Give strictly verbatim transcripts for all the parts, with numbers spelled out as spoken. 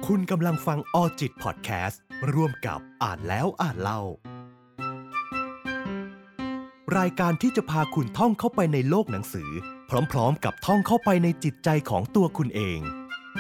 คุณกำลังฟังออจิตพอดแคสต์ร่วมกับอ่านแล้วอ่านเล่ารายการที่จะพาคุณท่องเข้าไปในโลกหนังสือพร้อมๆกับท่องเข้าไปในจิตใจของตัวคุณเอง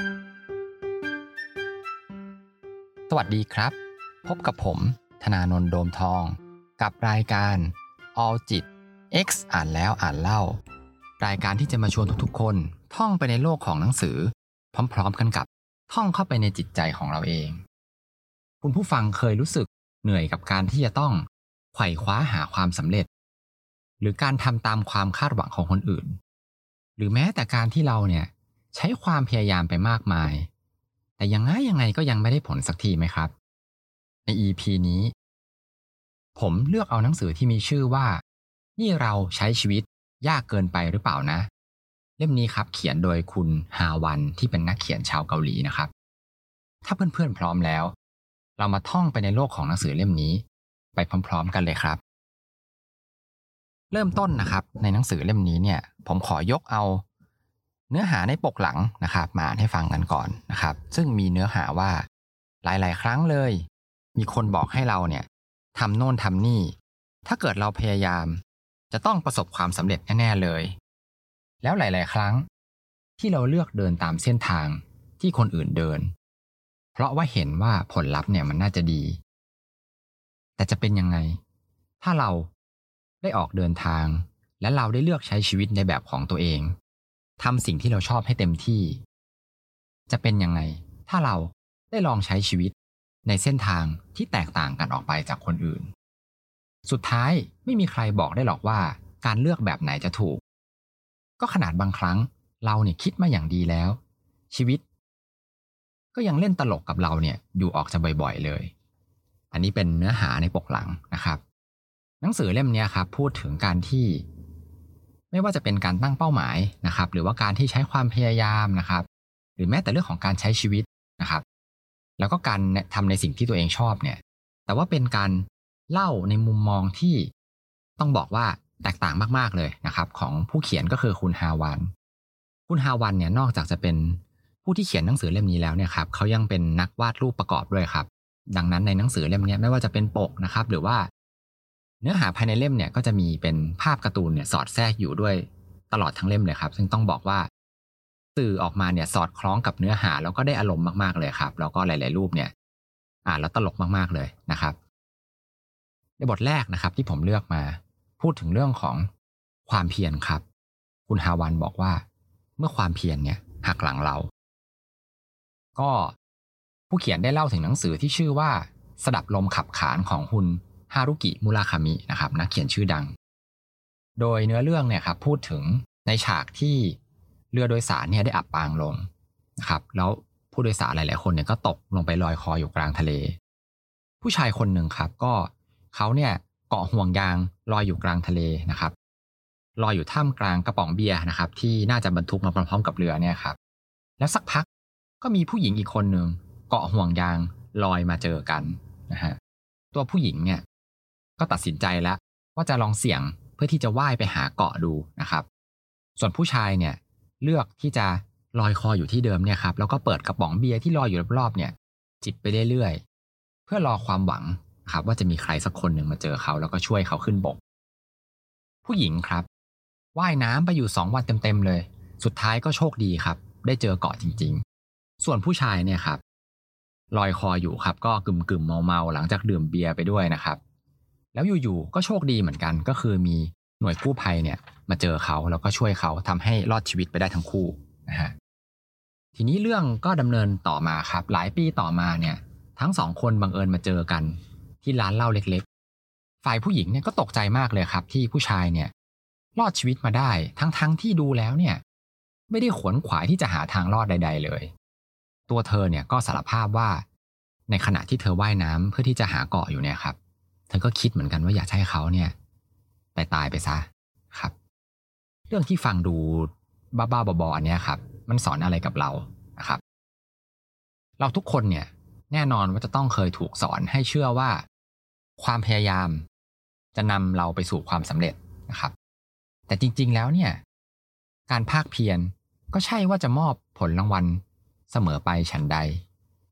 สวัสดีครับพบกับผมธนานนท์โดมทองกับรายการ All จิต X อ่านแล้วอ่านเล่ารายการที่จะมาชวนทุกๆคนท่องไปในโลกของหนังสือพร้อมๆกันกับท่องเข้าไปในจิตใจของเราเองคุณผู้ฟังเคยรู้สึกเหนื่อยกับการที่จะต้องไขว่คว้าหาความสำเร็จหรือการทำตามความคาดหวังของคนอื่นหรือแม้แต่การที่เราเนี่ยใช้ความพยายามไปมากมายแต่ยังไงยังไงก็ยังไม่ได้ผลสักทีไหมครับใน อี พี นี้ผมเลือกเอาหนังสือที่มีชื่อว่านี่เราใช้ชีวิตยากเกินไปหรือเปล่านะเล่มนี้ครับเขียนโดยคุณฮาวันที่เป็นนักเขียนชาวเกาหลีนะครับถ้าเพื่อนๆพร้อมแล้วเรามาท่องไปในโลกของหนังสือเล่มนี้ไปพร้อมๆกันเลยครับเริ่มต้นนะครับในหนังสือเล่มนี้เนี่ยผมขอยกเอาเนื้อหาในปกหลังนะครับมาอ่านให้ฟังกันก่อนนะครับซึ่งมีเนื้อหาว่าหลายๆครั้งเลยมีคนบอกให้เราเนี่ยทำโน่นทำนี่ถ้าเกิดเราพยายามจะต้องประสบความสำเร็จแน่ๆเลยแล้วหลายๆครั้งที่เราเลือกเดินตามเส้นทางที่คนอื่นเดินเพราะว่าเห็นว่าผลลัพธ์เนี่ยมันน่าจะดีแต่จะเป็นยังไงถ้าเราได้ออกเดินทางและเราได้เลือกใช้ชีวิตในแบบของตัวเองทำสิ่งที่เราชอบให้เต็มที่จะเป็นยังไงถ้าเราได้ลองใช้ชีวิตในเส้นทางที่แตกต่างกันออกไปจากคนอื่นสุดท้ายไม่มีใครบอกได้หรอกว่าการเลือกแบบไหนจะถูกก็ขนาดบางครั้งเราเนี่ยคิดมาอย่างดีแล้วชีวิตก็ยังเล่นตลกกับเราเนี่ยอยู่ออกจะบ่อยๆเลยอันนี้เป็นเนื้อหาในปกหลังนะครับหนังสือเล่มนี้ครับพูดถึงการที่ไม่ว่าจะเป็นการตั้งเป้าหมายนะครับหรือว่าการที่ใช้ความพยายามนะครับหรือแม้แต่เรื่องของการใช้ชีวิตนะครับแล้วก็การทำในสิ่งที่ตัวเองชอบเนี่ยแต่ว่าเป็นการเล่าในมุมมองที่ต้องบอกว่าแตกต่างมากๆเลยนะครับของผู้เขียนก็คือคุณฮาวันคุณฮาวันเนี่ยนอกจากจะเป็นผู้ที่เขียนหนังสือเล่มนี้แล้วเนี่ยครับเขายังเป็นนักวาดรูปประกอบด้วยครับดังนั้นในหนังสือเล่มนี้ไม่ว่าจะเป็นปกนะครับหรือว่าเนื้อหาภายในเล่มเนี่ยก็จะมีเป็นภาพการ์ตูนเนี่ยสอดแทรกอยู่ด้วยตลอดทั้งเล่มเลยครับซึ่งต้องบอกว่าสื่อออกมาเนี่ยสอดคล้องกับเนื้อหาแล้วก็ได้อารมณ์มากๆเลยครับแล้วก็หลายๆรูปเนี่ยอ่านแล้วตลกมากๆเลยนะครับในบทแรกนะครับที่ผมเลือกมาพูดถึงเรื่องของความเพียรครับคุณฮาวันบอกว่าเมื่อความเพียรเนี่ยหักหลังเราก็ผู้เขียนได้เล่าถึงหนังสือที่ชื่อว่าสดับลมขับขานของคุณฮารุกิมุราคามินะครับนักเขียนชื่อดังโดยเนื้อเรื่องเนี่ยครับพูดถึงในฉากที่เรือโดยสารเนี่ยได้อับปางลงนะครับแล้วผู้โดยสารหลายๆคนเนี่ยก็ตกลงไปลอยคออยู่กลางทะเลผู้ชายคนหนึ่งครับก็เขาเนี่ยเกาะห่วงยางลอยอยู่กลางทะเลนะครับลอยอยู่ท่ามกลางกระป๋องเบียร์นะครับที่น่าจะบรรทุกมาพร้อมๆกับเรือเนี่ยครับแล้วสักพักก็มีผู้หญิงอีกคนหนึ่งเกาะห่วงยางลอยมาเจอกันนะฮะตัวผู้หญิงเนี่ยก็ตัดสินใจแล้วว่าจะลองเสี่ยงเพื่อที่จะว่ายไปหาเกาะดูนะครับส่วนผู้ชายเนี่ยเลือกที่จะลอยคออยู่ที่เดิมเนี่ยครับแล้วก็เปิดกระป๋องเบียร์ที่ลอยอยู่รอบๆเนี่ยจิบไปเรื่อยๆเพื่อรอความหวังครับว่าจะมีใครสักคนหนึ่งมาเจอเขาแล้วก็ช่วยเขาขึ้นบกผู้หญิงครับว่ายน้ำไปอยู่สองวันเต็มๆเลยสุดท้ายก็โชคดีครับได้เจอเกาะจริงๆส่วนผู้ชายเนี่ยครับลอยคออยู่ครับก็กึ่มๆเมาๆหลังจากดื่มเบียร์ไปด้วยนะครับแล้วอยู่ๆก็โชคดีเหมือนกันก็คือมีหน่วยกู้ภัยเนี่ยมาเจอเขาแล้วก็ช่วยเขาทำให้รอดชีวิตไปได้ทั้งคู่นะฮะทีนี้เรื่องก็ดำเนินต่อมาครับหลายปีต่อมาเนี่ยทั้งสองคนบังเอิญมาเจอกันที่ร้านเหล้าเล็กๆฝ่ายผู้หญิงเนี่ยก็ตกใจมากเลยครับที่ผู้ชายเนี่ยรอดชีวิตมาได้ทั้งๆที่ดูแล้วเนี่ยไม่ได้ขวนขวายที่จะหาทางรอดใดๆเลยตัวเธอเนี่ยก็สารภาพว่าในขณะที่เธอว่ายน้ำเพื่อที่จะหาเกาะอยู่เนี่ยครับเธอก็คิดเหมือนกันว่าอยากให้เขาเนี่ยตายตายไปซะครับเรื่องที่ฟังดูบ้าๆบอๆอันเนี้ยครับมันสอนอะไรกับเรานะครับเราทุกคนเนี่ยแน่นอนว่าจะต้องเคยถูกสอนให้เชื่อว่าความพยายามจะนำเราไปสู่ความสำเร็จนะครับแต่จริงๆแล้วเนี่ยการภาคเพียรก็ใช่ว่าจะมอบผลรางวัลเสมอไปฉันใด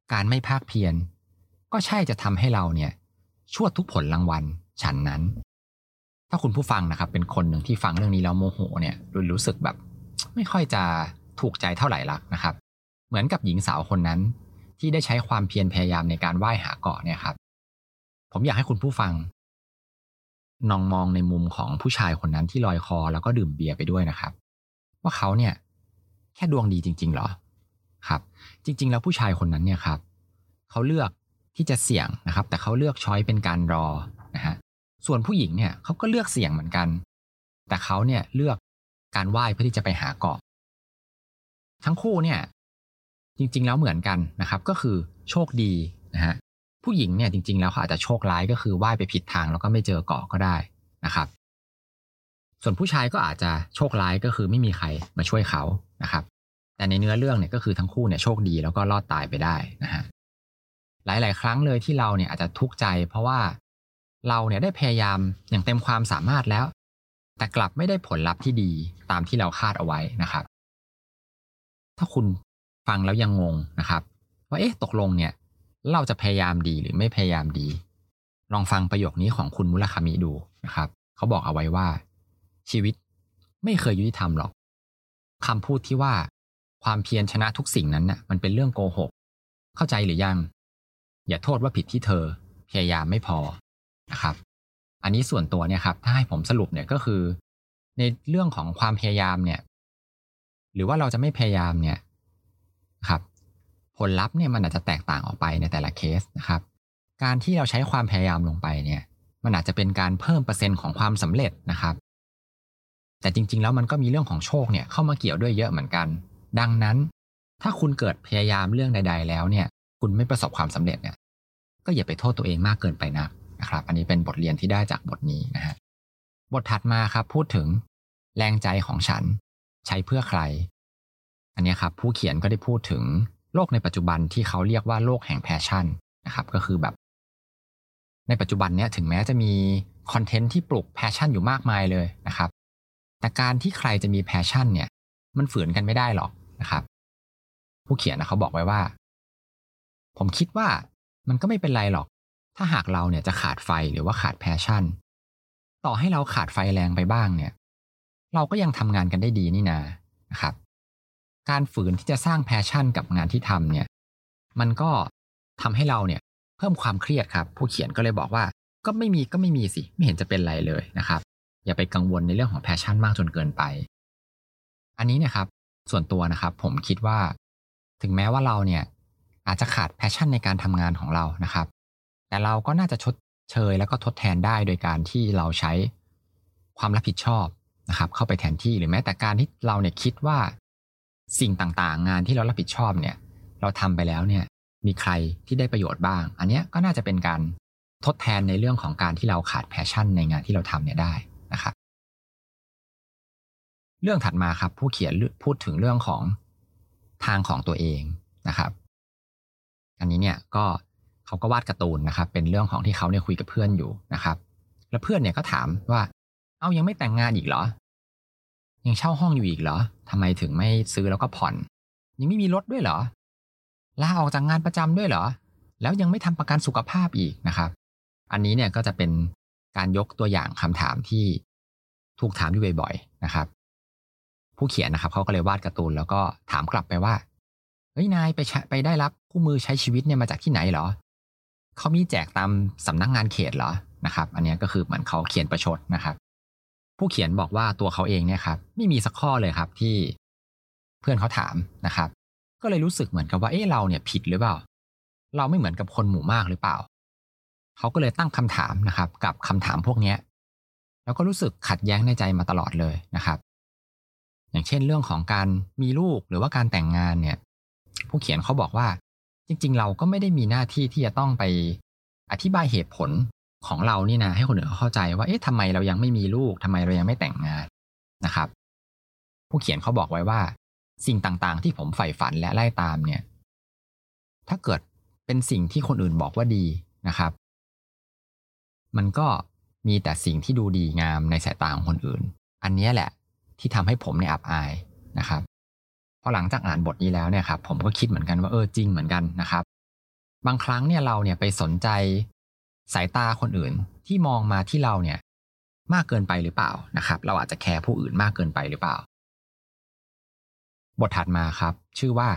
การไม่ภาคเพียรก็ใช่จะทำให้เราเนี่ยชั่วทุกผลรางวัลฉันนั้นถ้าคุณผู้ฟังนะครับเป็นคนหนึ่งที่ฟังเรื่องนี้แล้วโมโหเนี่ยรู้สึกแบบไม่ค่อยจะถูกใจเท่าไหร่ละนะครับเหมือนกับหญิงสาวคนนั้นที่ได้ใช้ความเพียรพยายามในการว่ายหาเกาะเนี่ยครับผมอยากให้คุณผู้ฟังลองมองในมุมของผู้ชายคนนั้นที่ลอยคอแล้วก็ดื่มเบียร์ไปด้วยนะครับว่าเขาเนี่ยแค่ดวงดีจริงๆหรอครับจริงๆแล้วผู้ชายคนนั้นเนี่ยครับเขาเลือกที่จะเสี่ยงนะครับแต่เขาเลือกช้อยเป็นการรอนะฮะส่วนผู้หญิงเนี่ยเขาก็เลือกเสี่ยงเหมือนกันแต่เขาเนี่ยเลือกการว่ายเพื่อที่จะไปหาเกาะทั้งคู่เนี่ยจริงๆแล้วเหมือนกันนะครับก็คือโชคดีนะฮะผู้หญิงเนี่ยจริงๆแล้วเขาอาจจะโชคร้ายก็คือว่ายไปผิดทางแล้วก็ไม่เจอเกาะก็ได้นะครับส่วนผู้ชายก็อาจจะโชคร้ายก็คือไม่มีใครมาช่วยเขานะครับแต่ในเนื้อเรื่องเนี่ยก็คือทั้งคู่เนี่ยโชคดีแล้วก็รอดตายไปได้นะฮะหลายๆครั้งเลยที่เราเนี่ยอาจจะทุกข์ใจเพราะว่าเราเนี่ยได้พยายามอย่างเต็มความสามารถแล้วแต่กลับไม่ได้ผลลัพธ์ที่ดีตามที่เราคาดเอาไว้นะครับถ้าคุณฟังแล้วยังงงนะครับว่าเอ๊ะตกลงเนี่ยเราจะพยายามดีหรือไม่พยายามดีลองฟังประโยคนี้ของคุณมุราคามิดูนะครับเขาบอกเอาไว้ว่าชีวิตไม่เคยยุติธรรมหรอกคำพูดที่ว่าความเพียรชนะทุกสิ่งนั้นน่ะมันเป็นเรื่องโกหกเข้าใจหรือยังอย่าโทษว่าผิดที่เธอพยายามไม่พอนะครับอันนี้ส่วนตัวเนี่ยครับถ้าให้ผมสรุปเนี่ยก็คือในเรื่องของความพยายามเนี่ยหรือว่าเราจะไม่พยายามเนี่ยครับผลลัพธ์เนี่ยมันอาจจะแตกต่างออกไปในแต่ละเคสนะครับการที่เราใช้ความพยายามลงไปเนี่ยมันอาจจะเป็นการเพิ่มเปอร์เซ็นต์ของความสำเร็จนะครับแต่จริงๆแล้วมันก็มีเรื่องของโชคเนี่ยเข้ามาเกี่ยวด้วยเยอะเหมือนกันดังนั้นถ้าคุณเกิดพยายามเรื่องใดๆแล้วเนี่ยคุณไม่ประสบความสำเร็จเนี่ยก็อย่าไปโทษตัวเองมากเกินไปนักนะครับอันนี้เป็นบทเรียนที่ได้จากบทนี้นะฮะบทถัดมาครับพูดถึงแรงใจของฉันใช้เพื่อใครอันนี้ครับผู้เขียนก็ได้พูดถึงโลกในปัจจุบันที่เขาเรียกว่าโลกแห่งแพชชั่นนะครับก็คือแบบในปัจจุบันเนี้ยถึงแม้จะมีคอนเทนต์ที่ปลุกแพชชั่นอยู่มากมายเลยนะครับแต่การที่ใครจะมีแพชชั่นเนี่ยมันฝืนกันไม่ได้หรอกนะครับผู้เขียนนะเขาบอกไว้ว่าผมคิดว่ามันก็ไม่เป็นไรหรอกถ้าหากเราเนี่ยจะขาดไฟหรือว่าขาดแพชชั่นต่อให้เราขาดไฟแรงไปบ้างเนี่ยเราก็ยังทำงานกันได้ดีนี่นานะครับการฝืนที่จะสร้างแพชชั่นกับงานที่ทำเนี่ยมันก็ทำให้เราเนี่ยเพิ่มความเครียดครับผู้เขียนก็เลยบอกว่าก็ไม่มีก็ไม่มีสิไม่เห็นจะเป็นไรเลยนะครับอย่าไปกังวลในเรื่องของแพชชั่นมากจนเกินไปอันนี้เนี่ยครับส่วนตัวนะครับผมคิดว่าถึงแม้ว่าเราเนี่ยอาจจะขาดแพชชั่นในการทำงานของเรานะครับแต่เราก็น่าจะชดเชยแล้วก็ทดแทนได้โดยการที่เราใช้ความรับผิดชอบนะครับเข้าไปแทนที่หรือแม้แต่การที่เราเนี่ยคิดว่าสิ่งต่างๆงานที่เรารับผิดชอบเนี่ยเราทำไปแล้วเนี่ยมีใครที่ได้ประโยชน์บ้างอันนี้ก็น่าจะเป็นการทดแทนในเรื่องของการที่เราขาดแพชชั่นในงานที่เราทำเนี่ยได้นะครับเรื่องถัดมาครับผู้เขียนพูดถึงเรื่องของทางของตัวเองนะครับอันนี้เนี่ยก็เขาก็วาดการ์ตูนนะครับเป็นเรื่องของที่เขาเนี่ยคุยกับเพื่อนอยู่นะครับแล้วเพื่อนเนี่ยก็ถามว่าเอ้ายังไม่แต่งงานอีกเหรอยังเช่าห้องอยู่อีกเหรอทำไมถึงไม่ซื้อแล้วก็ผ่อนยังไม่มีรถด้วยเหรอลาออกจากงานประจำด้วยเหรอแล้วยังไม่ทำประกันสุขภาพอีกนะครับอันนี้เนี่ยก็จะเป็นการยกตัวอย่างคำถามที่ถูกถามอยู่บ่อยๆนะครับผู้เขียนนะครับเขาก็เลยวาดการ์ตูนแล้วก็ถามกลับไปว่าเฮ้ยนายไปไปได้รับคู่มือใช้ชีวิตเนี่ยมาจากที่ไหนเหรอเขามีแจกตามสำนักงานเขตเหรอนะครับอันนี้ก็คือเหมือนเขาเขียนประชดนะครับผู้เขียนบอกว่าตัวเขาเองเนี่ยครับไม่มีสักข้อเลยครับที่เพื่อนเขาถามนะครับก็เลยรู้สึกเหมือนกับว่าเอ๊ะเราเนี่ยผิดหรือเปล่าเราไม่เหมือนกับคนหมู่มากหรือเปล่าเขาก็เลยตั้งคำถามนะครับกับคำถามพวกนี้แล้วก็รู้สึกขัดแย้งในใจมาตลอดเลยนะครับอย่างเช่นเรื่องของการมีลูกหรือว่าการแต่งงานเนี่ยผู้เขียนเขาบอกว่าจริงๆเราก็ไม่ได้มีหน้าที่ที่จะต้องไปอธิบายเหตุผลของเรานี่นะให้คนอื่นเขาเข้าใจว่าเอ๊ะทำไมเรายังไม่มีลูกทำไมเรายังไม่แต่งงานนะครับผู้เขียนเขาบอกไว้ว่าสิ่งต่างๆที่ผมใฝ่ฝันและไล่ตามเนี่ยถ้าเกิดเป็นสิ่งที่คนอื่นบอกว่าดีนะครับมันก็มีแต่สิ่งที่ดูดีงามในสายตาของคนอื่นอันนี้แหละที่ทำให้ผมเนี่ยอับอายนะครับพอหลังจากอ่านบทนี้แล้วเนี่ยครับผมก็คิดเหมือนกันว่าเออจริงเหมือนกันนะครับบางครั้งเนี่ยเราเนี่ยไปสนใจสายตาคนอื่นที่มองมาที่เราเนี่ยมากเกินไปหรือเปล่านะครับเราอาจจะแคร์ผู้อื่นมากเกินไปหรือเปล่าบทถัดมาครับชื่อว่า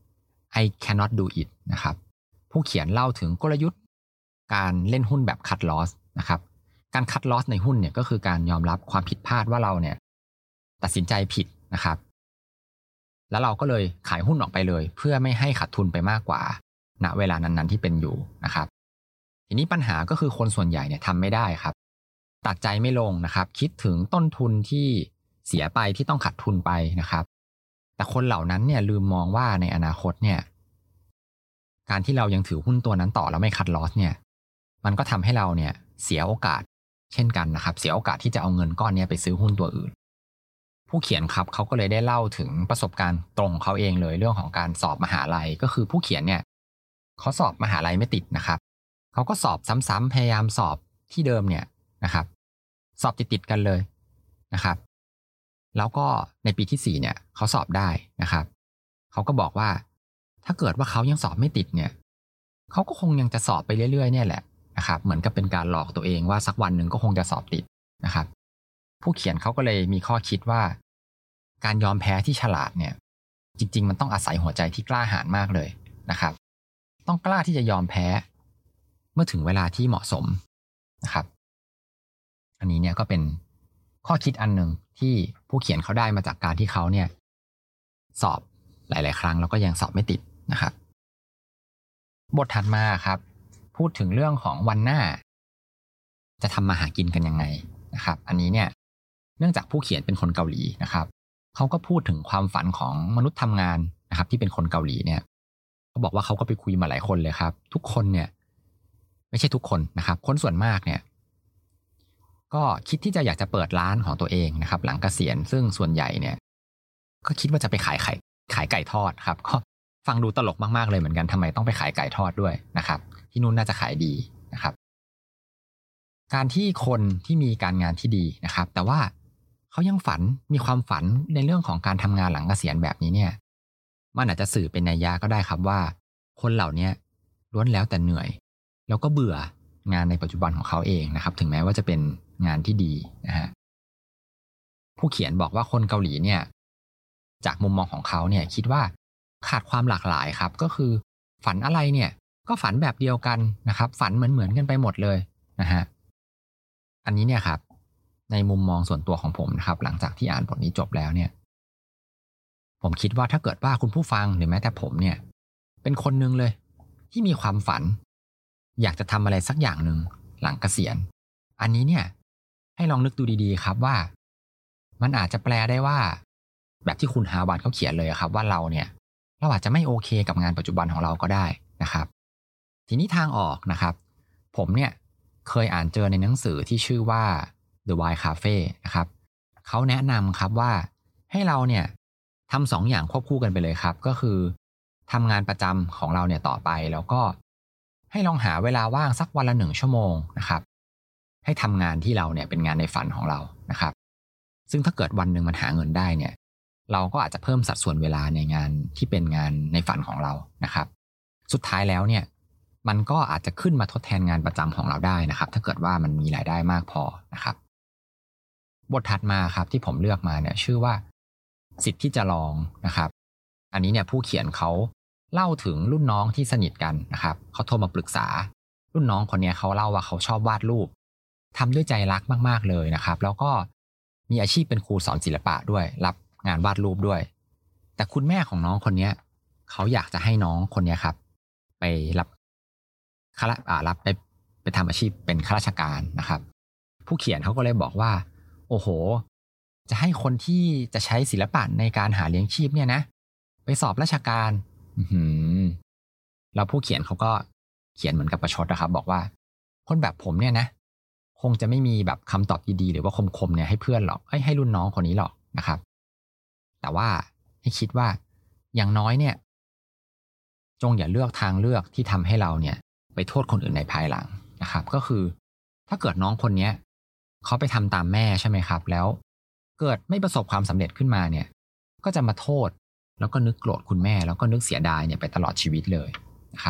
I cannot do it นะครับผู้เขียนเล่าถึงกลยุทธ์การเล่นหุ้นแบบ cut loss นะครับการ cut loss ในหุ้นเนี่ยก็คือการยอมรับความผิดพลาดว่าเราเนี่ยตัดสินใจผิดนะครับแล้วเราก็เลยขายหุ้นออกไปเลยเพื่อไม่ให้ขาดทุนไปมากกว่าณเวลานั้นๆที่เป็นอยู่นะครับทีนี้ปัญหาก็คือคนส่วนใหญ่เนี่ยทำไม่ได้ครับตัดใจไม่ลงนะครับคิดถึงต้นทุนที่เสียไปที่ต้องขาดทุนไปนะครับแต่คนเหล่านั้นเนี่ยลืมมองว่าในอนาคตเนี่ยการที่เรายังถือหุ้นตัวนั้นต่อแล้วไม่คัดลอสเนี่ยมันก็ทำให้เราเนี่ยเสียโอกาสเช่นกันนะครับเสียโอกาสที่จะเอาเงินก้อนนี้ไปซื้อหุ้นตัวอื่นผู้เขียนครับเขาก็เลยได้เล่าถึงประสบการณ์ตรงของเขาเองเลยเรื่องของการสอบมหาลัยก็คือผู้เขียนเนี่ยเขาสอบมหาลัยไม่ติดนะครับเขาก็สอบซ้ำๆพยายามสอบที่เดิมเนี่ยนะครับสอบติดๆกันเลยนะครับแล้วก็ในปีที่สี่เนี่ยเขาสอบได้นะครับเขาก็บอกว่าถ้าเกิดว่าเขายังสอบไม่ติดเนี่ยเขาก็คงยังจะสอบไปเรื่อยๆเนี่ยแหละนะครับเหมือนกับเป็นการหลอกตัวเองว่าสักวันหนึ่งก็คงจะสอบติดนะครับผู้เขียนเขาก็เลยมีข้อคิดว่าการยอมแพ้ที่ฉลาดเนี่ยจริงๆมันต้องอาศัยหัวใจที่กล้าหาญมากเลยนะครับต้องกล้าที่จะยอมแพ้เมื่อถึงเวลาที่เหมาะสมนะครับอันนี้เนี่ยก็เป็นข้อคิดอันหนึ่งที่ผู้เขียนเขาได้มาจากการที่เขาเนี่ยสอบหลายๆครั้งแล้วก็ยังสอบไม่ติดนะครับบทถัดมาครับพูดถึงเรื่องของวันหน้าจะทำมาหากินกันยังไงนะครับอันนี้เนี่ยเนื่องจากผู้เขียนเป็นคนเกาหลีนะครับเขาก็พูดถึงความฝันของมนุษย์ทำงานนะครับที่เป็นคนเกาหลีเนี่ยเขาบอกว่าเขาก็ไปคุยมาหลายคนเลยครับทุกคนเนี่ยไม่ใช่ทุกคนนะครับคนส่วนมากเนี่ยก็คิดที่จะอยากจะเปิดร้านของตัวเองนะครับหลังเกษียณซึ่งส่วนใหญ่เนี่ยก็คิดว่าจะไปขายไข่ขายไก่ทอดครับก็ฟังดูตลกมากๆเลยเหมือนกันทำไมต้องไปขายไก่ทอดด้วยนะครับที่นู่นน่าจะขายดีนะครับการที่คนที่มีการงานที่ดีนะครับแต่ว่าเขายังฝันมีความฝันในเรื่องของการทำงานหลังเกษียณแบบนี้เนี่ยมันอาจจะสื่อเป็นนัยยะก็ได้ครับว่าคนเหล่านี้ล้วนแล้วแต่เหนื่อยแล้วก็เบื่องานในปัจจุบันของเขาเองนะครับถึงแม้ว่าจะเป็นงานที่ดีนะฮะผู้เขียนบอกว่าคนเกาหลีเนี่ยจากมุมมองของเขาเนี่ยคิดว่าขาดความหลากหลายครับก็คือฝันอะไรเนี่ยก็ฝันแบบเดียวกันนะครับฝันเหมือนๆกันไปหมดเลยนะฮะอันนี้เนี่ยครับในมุมมองส่วนตัวของผมนะครับหลังจากที่อ่านบทนี้จบแล้วเนี่ยผมคิดว่าถ้าเกิดว่าคุณผู้ฟังหรือแม้แต่ผมเนี่ยเป็นคนนึงเลยที่มีความฝันอยากจะทำอะไรสักอย่างหนึ่งหลังเกษียณอันนี้เนี่ยให้ลองนึกดูดีๆครับว่ามันอาจจะแปลได้ว่าแบบที่คุณฮาวาร์ดเขาเขียนเลยครับว่าเราเนี่ยเราอาจจะไม่โอเคกับงานปัจจุบันของเราก็ได้นะครับทีนี้ทางออกนะครับผมเนี่ยเคยอ่านเจอในหนังสือที่ชื่อว่า The Why Cafe นะครับเขาแนะนำครับว่าให้เราเนี่ยทำสองอย่างควบคู่กันไปเลยครับก็คือทำงานประจำของเราเนี่ยต่อไปแล้วก็ให้ลองหาเวลาว่างสักวันละหนึ่งชั่วโมงนะครับให้ทำงานที่เราเนี่ยเป็นงานในฝันของเรานะครับซึ่งถ้าเกิดวันหนึ่งมันหาเงินได้เนี่ยเราก็อาจจะเพิ่มสัดส่วนเวลาในงานที่เป็นงานในฝันของเรานะครับสุดท้ายแล้วเนี่ยมันก็อาจจะขึ้นมาทดแทนงานประจำของเราได้นะครับถ้าเกิดว่ามันมีรายได้มากพอนะครับบทถัดมาครับที่ผมเลือกมาเนี่ยชื่อว่าสิทธิ์ที่จะลองนะครับอันนี้เนี่ยผู้เขียนเขาเล่าถึงรุ่นน้องที่สนิทกันนะครับเขาโทรมาปรึกษารุ่นน้องคนนี้เขาเล่าว่าเขาชอบวาดรูปทำด้วยใจรักมากๆเลยนะครับแล้วก็มีอาชีพเป็นครูสอนศิลปะด้วยรับงานวาดรูปด้วยแต่คุณแม่ของน้องคนนี้เขาอยากจะให้น้องคนนี้ครับไปรับข้าราอ่ารับไปไปทำอาชีพเป็นข้าราชการนะครับผู้เขียนเขาก็เลยบอกว่าโอ้โหจะให้คนที่จะใช้ศิลปะในการหาเลี้ยงชีพเนี่ยนะไปสอบราชการอือแล้วผู้เขียนเขาก็เขียนเหมือนกับประชดนะครับบอกว่าคนแบบผมเนี่ยนะคงจะไม่มีแบบคำตอบดีๆหรือว่าคมๆเนี่ยให้เพื่อนหรอกให้ให้รุ่นน้องคนนี้หรอกนะครับแต่ว่าให้คิดว่าอย่างน้อยเนี่ยจงอย่าเลือกทางเลือกที่ทำให้เราเนี่ยไปโทษคนอื่นในภายหลังนะครับก็คือถ้าเกิดน้องคนนี้เขาไปทำตามแม่ใช่ไหมครับแล้วเกิดไม่ประสบความสำเร็จขึ้นมาเนี่ยก็จะมาโทษแล้วก็นึกโกรธคุณแม่แล้วก็นึกเสียดายเนี่ยไปตลอดชีวิตเลยนะครับผ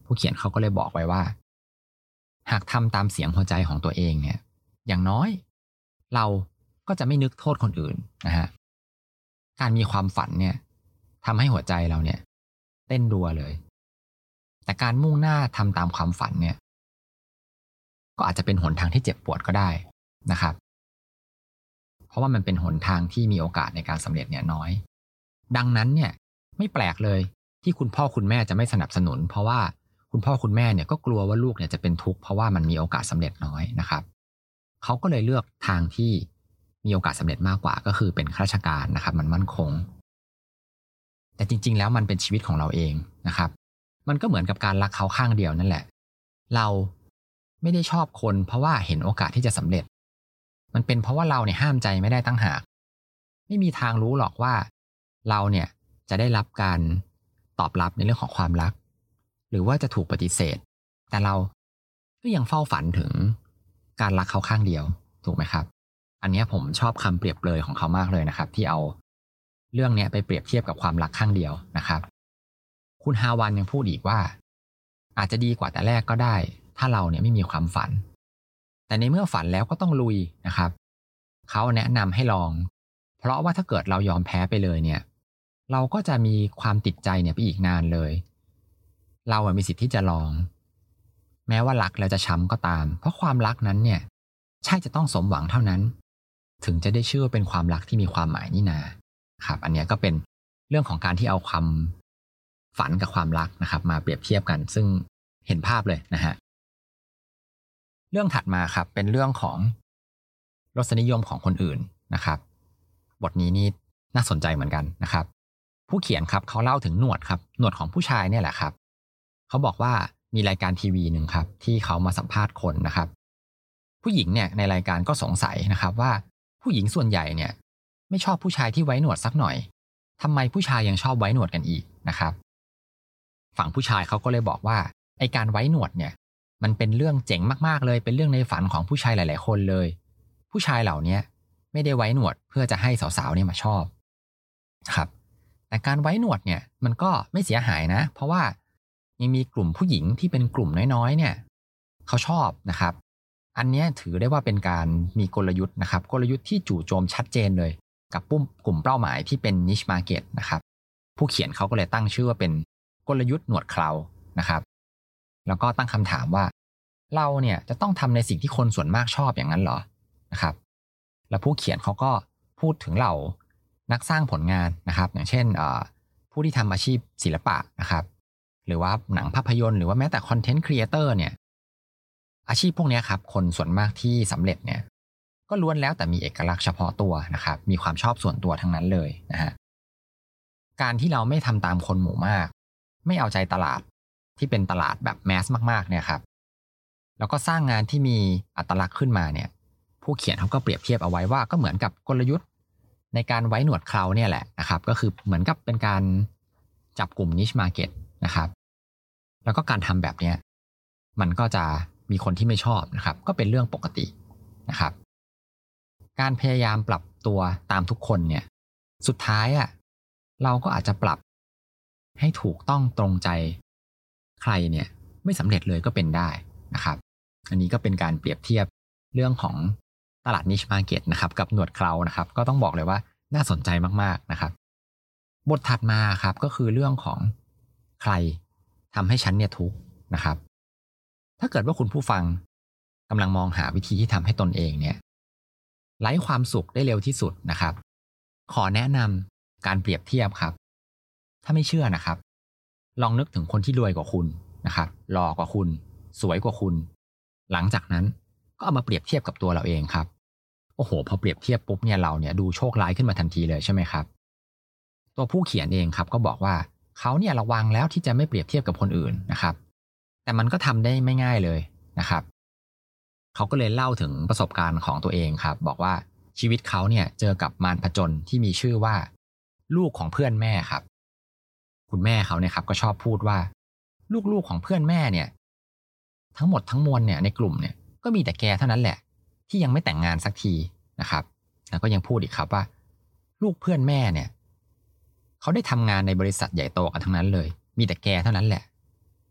ผู้เขียนเขาก็เลยบอกไว้ว่าหากทำตามเสียงหัวใจของตัวเองเนี่ยอย่างน้อยเราก็จะไม่นึกโทษคนอื่นนะฮะการมีความฝันเนี่ยทำให้หัวใจเราเนี่ยเต้นรัวเลยแต่การมุ่งหน้าทำตามความฝันเนี่ยก็อาจจะเป็นหนทางที่เจ็บปวดก็ได้นะครับเพราะว่ามันเป็นหนทางที่มีโอกาสในการสำเร็จเนี่ยน้อยดังนั้นเนี่ยไม่แปลกเลยที่คุณพ่อคุณแม่จะไม่สนับสนุนเพราะว่าคุณพ่อคุณแม่เนี่ยก็กลัวว่าลูกเนี่ยจะเป็นทุกข์เพราะว่ามันมีโอกาสสำเร็จน้อยนะครับเขาก็เลยเลือกทางที่มีโอกาสสำเร็จมากกว่าก็คือเป็นข้าราชการนะครับมันมั่นคงแต่จริงๆแล้วมันเป็นชีวิตของเราเองนะครับมันก็เหมือนกับการรักเขาข้างเดียวนั่นแหละเราไม่ได้ชอบคนเพราะว่าเห็นโอกาสที่จะสำเร็จมันเป็นเพราะว่าเราเนี่ยห้ามใจไม่ได้ตั้งหากไม่มีทางรู้หรอกว่าเราเนี่ยจะได้รับการตอบรับในเรื่องของความรักหรือว่าจะถูกปฏิเสธแต่เราก็ยังเฝ้าฝันถึงการรักเขาข้างเดียวถูกไหมครับอันนี้ผมชอบคำเปรียบเลยของเขามากเลยนะครับที่เอาเรื่องนี้ไปเปรียบเทียบกับความรักข้างเดียวนะครับคุณฮาวันยังพูดอีกว่าอาจจะดีกว่าแต่แรกก็ได้ถ้าเราเนี่ยไม่มีความฝันแต่ในเมื่อฝันแล้วก็ต้องลุยนะครับเขาแนะนำให้ลองเพราะว่าถ้าเกิดเรายอมแพ้ไปเลยเนี่ยเราก็จะมีความติดใจเนี่ยไปอีกนานเลยเราอะมีสิทธิ์ที่จะลองแม้ว่ารักแล้วจะช้ำก็ตามเพราะความรักนั้นเนี่ยใช่จะต้องสมหวังเท่านั้นถึงจะได้ชื่อว่าเป็นความรักที่มีความหมายนี่นาครับอันนี้ก็เป็นเรื่องของการที่เอาความฝันกับความรักนะครับมาเปรียบเทียบกันซึ่งเห็นภาพเลยนะฮะเรื่องถัดมาครับเป็นเรื่องของรสนิยมของคนอื่นนะครับบทนี้นี่น่าสนใจเหมือนกันนะครับผู้เขียนครับเขาเล่าถึงหนวดครับหนวดของผู้ชายเนี่ยแหละครับเขาบอกว่ามีรายการทีวีหนึ่งครับที่เขามาสัมภาษณ์คนนะครับผู้หญิงเนี่ยในรายการก็สงสัยนะครับว่าผู้หญิงส่วนใหญ่เนี่ยไม่ชอบผู้ชายที่ไว้หนวดสักหน่อยทำไมผู้ชายยังชอบไว้หนวดกันอีกนะครับฝั่งผู้ชายเขาก็เลยบอกว่าไอ้การไว้หนวดเนี่ยมันเป็นเรื่องเจ๋งมากๆเลยเป็นเรื่องในฝันของผู้ชายหลายๆคนเลยผู้ชายเหล่านี้ไม่ได้ไว้หนวดเพื่อจะให้สาวๆเนี่ยมาชอบครับแต่การไว้หนวดเนี่ยมันก็ไม่เสียหายนะเพราะว่ายังมีกลุ่มผู้หญิงที่เป็นกลุ่มน้อยๆเนี่ยเขาชอบนะครับอันนี้ถือได้ว่าเป็นการมีกลยุทธ์นะครับกลยุทธ์ที่จู่โจมชัดเจนเลยกับปุ่มกลุ่มเป้าหมายที่เป็น niche market นะครับผู้เขียนเขาก็เลยตั้งชื่อว่าเป็นกลยุทธ์หนวดเครานะครับแล้วก็ตั้งคำถามว่าเราเนี่ยจะต้องทำในสิ่งที่คนส่วนมากชอบอย่างนั้นเหรอนะครับแล้วผู้เขียนเขาก็พูดถึงเหล่านักสร้างผลงานนะครับอย่างเช่นผู้ที่ทำอาชีพศิลปะนะครับหรือว่าหนังภาพยนตร์หรือว่าแม้แต่คอนเทนต์ครีเอเตอร์เนี่ยอาชีพพวกนี้ครับคนส่วนมากที่สำเร็จเนี่ยก็ล้วนแล้วแต่มีเอกลักษณ์เฉพาะตัวนะครับมีความชอบส่วนตัวทั้งนั้นเลยนะฮะการที่เราไม่ทำตามคนหมู่มากไม่เอาใจตลาดที่เป็นตลาดแบบแมสมากๆเนี่ยครับแล้วก็สร้างงานที่มีอัตลักษณ์ขึ้นมาเนี่ยผู้เขียนเขาก็เปรียบเทียบเอาไว้ว่าก็เหมือนกับกลยุทธ์ในการไว้หนวดเคราเนี่ยแหละนะครับก็คือเหมือนกับเป็นการจับกลุ่ม niche market นะครับแล้วก็การทำแบบนี้มันก็จะมีคนที่ไม่ชอบนะครับก็เป็นเรื่องปกตินะครับการพยายามปรับตัวตามทุกคนเนี่ยสุดท้ายอ่ะเราก็อาจจะปรับให้ถูกต้องตรงใจใครเนี่ยไม่สำเร็จเลยก็เป็นได้นะครับอันนี้ก็เป็นการเปรียบเทียบเรื่องของตลาด niche market นะครับกับหนวดเครานะครับก็ต้องบอกเลยว่าน่าสนใจมากๆนะครับบทถัดมาครับก็คือเรื่องของใครทำให้ฉันเนี่ยทุกข์นะครับถ้าเกิดว่าคุณผู้ฟังกำลังมองหาวิธีที่ทำให้ตนเองเนี่ยไร้ความสุขได้เร็วที่สุดนะครับขอแนะนำการเปรียบเทียบครับถ้าไม่เชื่อนะครับลองนึกถึงคนที่รวยกว่าคุณนะครับหล่อกว่าคุณสวยกว่าคุณหลังจากนั้นก็เอามาเปรียบเทียบกับตัวเราเองครับโอ้โหพอเปรียบเทียบปุ๊บเนี่ยเราเนี่ยดูโชคร้ายขึ้นมาทันทีเลยใช่ไหมครับตัวผู้เขียนเองครับก็บอกว่าเขาเนี่ยระวังแล้วที่จะไม่เปรียบเทียบกับคนอื่นนะครับแต่มันก็ทำได้ไม่ง่ายเลยนะครับเขาก็เลยเล่าถึงประสบการณ์ของตัวเองครับบอกว่าชีวิตเขาเนี่ยเจอกับมารผจญที่มีชื่อว่าลูกของเพื่อนแม่ครับคุณแม่เขาเนี่ยครับก็ชอบพูดว่าลูกๆของเพื่อนแม่เนี่ยทั้งหมดทั้งมวลเนี่ยในกลุ่มเนี่ยก็มีแต่แกเท่านั้นแหละที่ยังไม่แต่งงานสักทีนะครับแล้วก็ยังพูดอีกครับว่าลูกเพื่อนแม่เนี่ยเขาได้ทำงานในบริษัทใหญ่โตกันทั้งนั้นเลยมีแต่แกเท่านั้นแหละท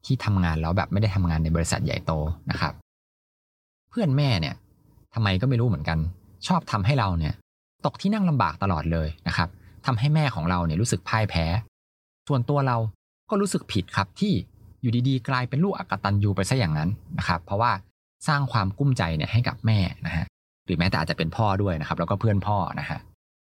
ที่ทำงานแล้วแบบไม่ได้ทำงานในบริษัทใหญ่โตนะครับเพื่อนแม่เนี่ยทำไมก็ไม่รู้เหมือนกันชอบทำให้เราเนี่ยตกที่นั่งลำบากตลอดเลยนะครับทำให้แม่ของเราเนี่ยรู้สึกพ่ายแพ้ส่วนตัวเราก็รู้สึกผิดครับที่อยู่ดีๆกลายเป็นลูกอกตัญญูไปซะอย่างนั้นนะครับเพราะว่าสร้างความกุ้มใจเนี่ยให้กับแม่นะฮะหรือแม้แต่อาจจะเป็นพ่อด้วยนะครับแล้วก็เพื่อนพ่อนะฮะ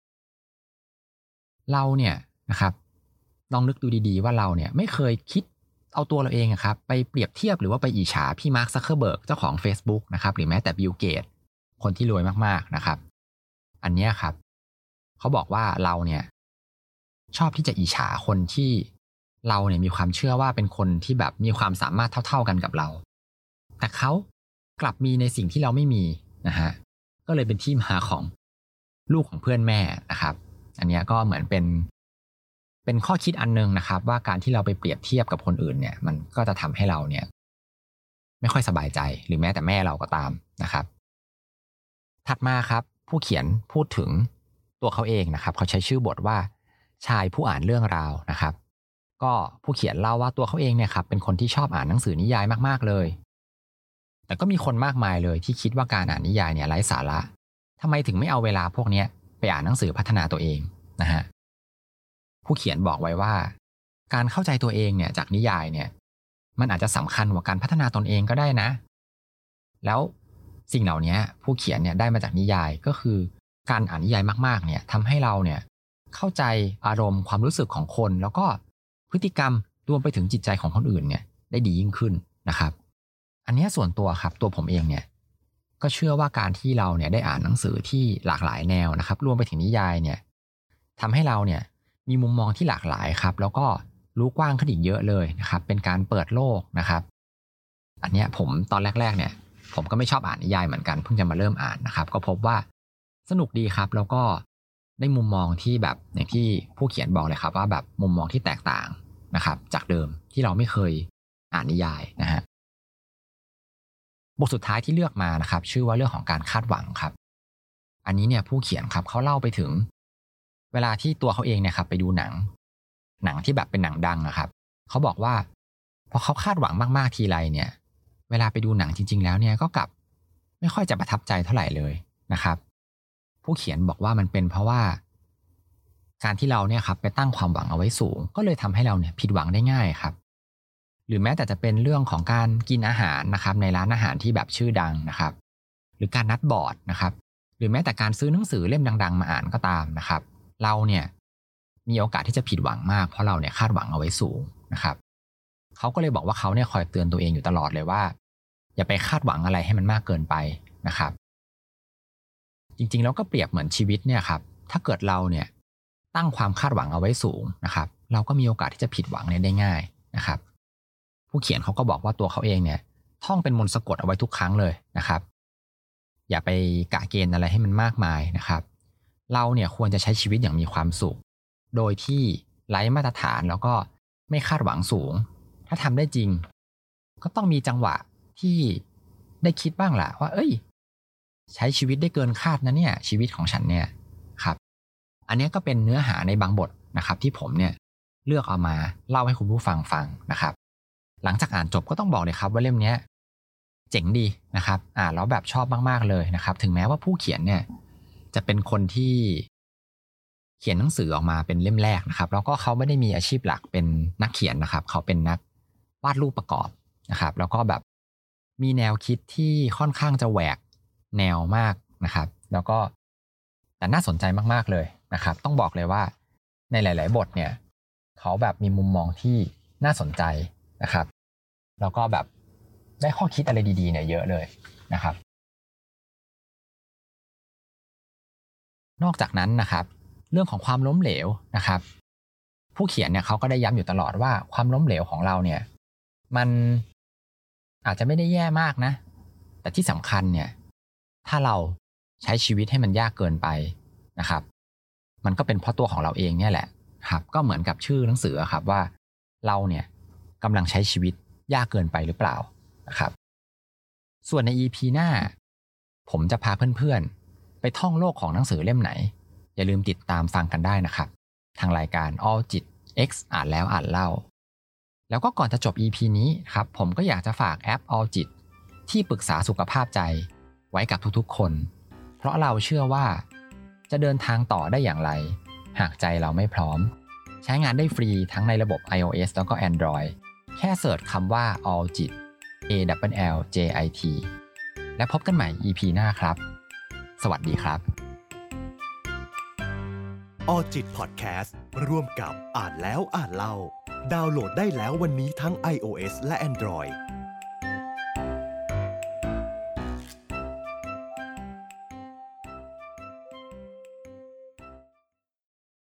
เราเนี่ยนะครับลองนึกดูดีๆว่าเราเนี่ยไม่เคยคิดเอาตัวเราเองครับไปเปรียบเทียบหรือว่าไปอิจฉาพี่มาร์ค ซักเคอร์เบิร์กเจ้าของ Facebook นะครับหรือแม้แต่บิลเกตส์คนที่รวยมากๆนะครับอันนี้ครับเขาบอกว่าเราเนี่ยชอบที่จะอิจฉาคนที่เราเนี่ยมีความเชื่อว่าเป็นคนที่แบบมีความสามารถเท่าๆกันกับเราแต่เขากลับมีในสิ่งที่เราไม่มีนะฮะก็เลยเป็นที่มาของลูกของเพื่อนแม่นะครับอันนี้ก็เหมือนเป็นเป็นข้อคิดอันนึงนะครับว่าการที่เราไปเปรียบเทียบกับคนอื่นเนี่ยมันก็จะทำให้เราเนี่ยไม่ค่อยสบายใจหรือแม้แต่แม่เราก็ตามนะครับถัดมาครับผู้เขียนพูดถึงตัวเขาเองนะครับเขาใช้ชื่อบทว่าชายผู้อ่านเรื่องราวนะครับก็ผู้เขียนเล่าว่าตัวเขาเองเนี่ยครับเป็นคนที่ชอบอ่านหนังสือนิยายมากๆเลยแต่ก็มีคนมากมายเลยที่คิดว่าการอ่านนิยายเนี่ยไร้สาระทำไมถึงไม่เอาเวลาพวกนี้ไปอ่านหนังสือพัฒนาตัวเองนะฮะผู้เขียนบอกไว้ว่าการเข้าใจตัวเองเนี่ยจากนิยายเนี่ยมันอาจจะสำคัญกว่าการพัฒนาตนเองก็ได้นะแล้วสิ่งเหล่านี้ผู้เขียนเนี่ยได้มาจากนิยายก็คือการอ่านนิยายมากๆเนี่ยทำให้เราเนี่ยเข้าใจอารมณ์ความรู้สึกของคนแล้วก็พฤติกรรมรวมไปถึงจิตใจของคนอื่นเนี่ยได้ดียิ่งขึ้นนะครับอันนี้ส่วนตัวครับตัวผมเองเนี่ยก็เชื่อว่าการที่เราเนี่ยได้อ่านหนังสือที่หลากหลายแนวนะครับรวมไปถึงนิยายเนี่ยทำให้เราเนี่ยมีมุมมองที่หลากหลายครับแล้วก็รู้กว้างขึ้นอีกเยอะเลยนะครับเป็นการเปิดโลกนะครับอันนี้ผมตอนแรกๆเนี่ยผมก็ไม่ชอบอ่านนิยายเหมือนกันเพิ่งจะมาเริ่มอ่านนะครับก็พบว่าสนุกดีครับแล้วก็ได้มุมมองที่แบบอย่างที่ผู้เขียนบอกเลยครับว่าแบบมุมมองที่แตกต่างนะครับจากเดิมที่เราไม่เคยอ่านนิยายนะฮะบทสุดท้ายที่เลือกมานะครับชื่อว่าเรื่องของการคาดหวังครับอันนี้เนี่ยผู้เขียนครับเขาเล่าไปถึงเวลาที่ตัวเขาเองเนี่ยครับไปดูหนังหนังที่แบบเป็นหนังดังนะครับเขาบอกว่าพอเขาคาดหวังมากๆทีไรเนี่ยเวลาไปดูหนังจริงๆแล้วเนี่ยก็กลับไม่ค่อยจะประทับใจเท่าไหร่เลยนะครับผู้เขียนบอกว่ามันเป็นเพราะว่าการที่เราเนี่ยครับไปตั้งความหวังเอาไว้สูงก็เลยทำให้เราเนี่ยผิดหวังได้ง่ายครับหรือแม้แต่จะเป็นเรื่องของการกินอาหารนะครับในร้านอาหารที่แบบชื่อดังนะครับหรือการนัดบอร์ดนะครับหรือแม้แต่การซื้อหนังสือเล่มดังๆมาอ่านก็ตามนะครับเราเนี่ยมีโอกาสที่จะผิดหวังมากเพราะเราเนี่ยคาดหวังเอาไว้สูงนะครับเขาก็เลยบอกว่าเขาเนี่ยคอยเตือนตัวเองอยู่ตลอดเลยว่าอย่าไปคาดหวังอะไรให้มันมากเกินไปนะครับจริงๆแล้วก็เปรียบเหมือนชีวิตเนี่ยครับถ้าเกิดเราเนี่ยตั้งความคาดหวังเอาไว้สูงนะครับเราก็มีโอกาสที่จะผิดหวังเนี่ยได้ง่ายนะครับผู้เขียนเขาก็บอกว่าตัวเขาเองเนี่ยท่องเป็นมนต์สะกดเอาไว้ทุกครั้งเลยนะครับอย่าไปกะเกณฑ์อะไรให้มันมากมายนะครับเราเนี่ยควรจะใช้ชีวิตอย่างมีความสุขโดยที่ไร้มาตรฐานแล้วก็ไม่คาดหวังสูงถ้าทำได้จริงก็ต้องมีจังหวะที่ได้คิดบ้างแหละว่าเอ้ยใช้ชีวิตได้เกินคาดนะเนี่ยชีวิตของฉันเนี่ยครับอันนี้ก็เป็นเนื้อหาในบางบทนะครับที่ผมเนี่ยเลือกเอามาเล่าให้คุณผู้ฟังฟังนะครับหลังจากอ่านจบก็ต้องบอกเลยครับว่าเล่มนี้เจ๋งดีนะครับอ่านแล้วแบบชอบมากๆเลยนะครับถึงแม้ว่าผู้เขียนเนี่ยจะเป็นคนที่เขียนหนังสือออกมาเป็นเล่มแรกนะครับแล้วก็เขาไม่ได้มีอาชีพหลักเป็นนักเขียนนะครับเขาเป็นนักวาดรูปประกอบนะครับแล้วก็แบบมีแนวคิดที่ค่อนข้างจะแหวกแนวมากนะครับแล้วก็แต่น่าสนใจมากๆเลยนะครับต้องบอกเลยว่าในหลายๆบทเนี่ยเขาแบบมีมุมมองที่น่าสนใจนะครับแล้วก็แบบได้ข้อคิดอะไรดีๆเนี่ยเยอะเลยนะครับนอกจากนั้นนะครับเรื่องของความล้มเหลวนะครับผู้เขียนเนี่ยเขาก็ได้ย้ำอยู่ตลอดว่าความล้มเหลวของเราเนี่ยมันอาจจะไม่ได้แย่มากนะแต่ที่สำคัญเนี่ยถ้าเราใช้ชีวิตให้มันยากเกินไปนะครับมันก็เป็นเพราะตัวของเราเองเนี่ยแหละครับก็เหมือนกับชื่อหนังสือครับว่าเราเนี่ยกำลังใช้ชีวิตยากเกินไปหรือเปล่านะครับส่วนใน อี พี หน้าผมจะพาเพื่อนๆไปท่องโลกของหนังสือเล่มไหนอย่าลืมติดตามฟังกันได้นะครับทางรายการ All จิต X อ่านแล้วอ่านเล่าแล้วก็ก่อนจะจบ อี พี นี้ครับผมก็อยากจะฝากแอป Alljit ที่ปรึกษาสุขภาพใจไว้กับทุกๆคนเพราะเราเชื่อว่าจะเดินทางต่อได้อย่างไรหากใจเราไม่พร้อมใช้งานได้ฟรีทั้งในระบบ iOS แล้วก็ Android แค่เสิร์ชคำว่า Alljit A L L J I T และพบกันใหม่ อี พี หน้าครับสวัสดีครับ Alljit Podcast ร่วมกับอ่านแล้วอ่านเล่าดาวน์โหลดได้แล้ววันนี้ทั้ง iOS และ Android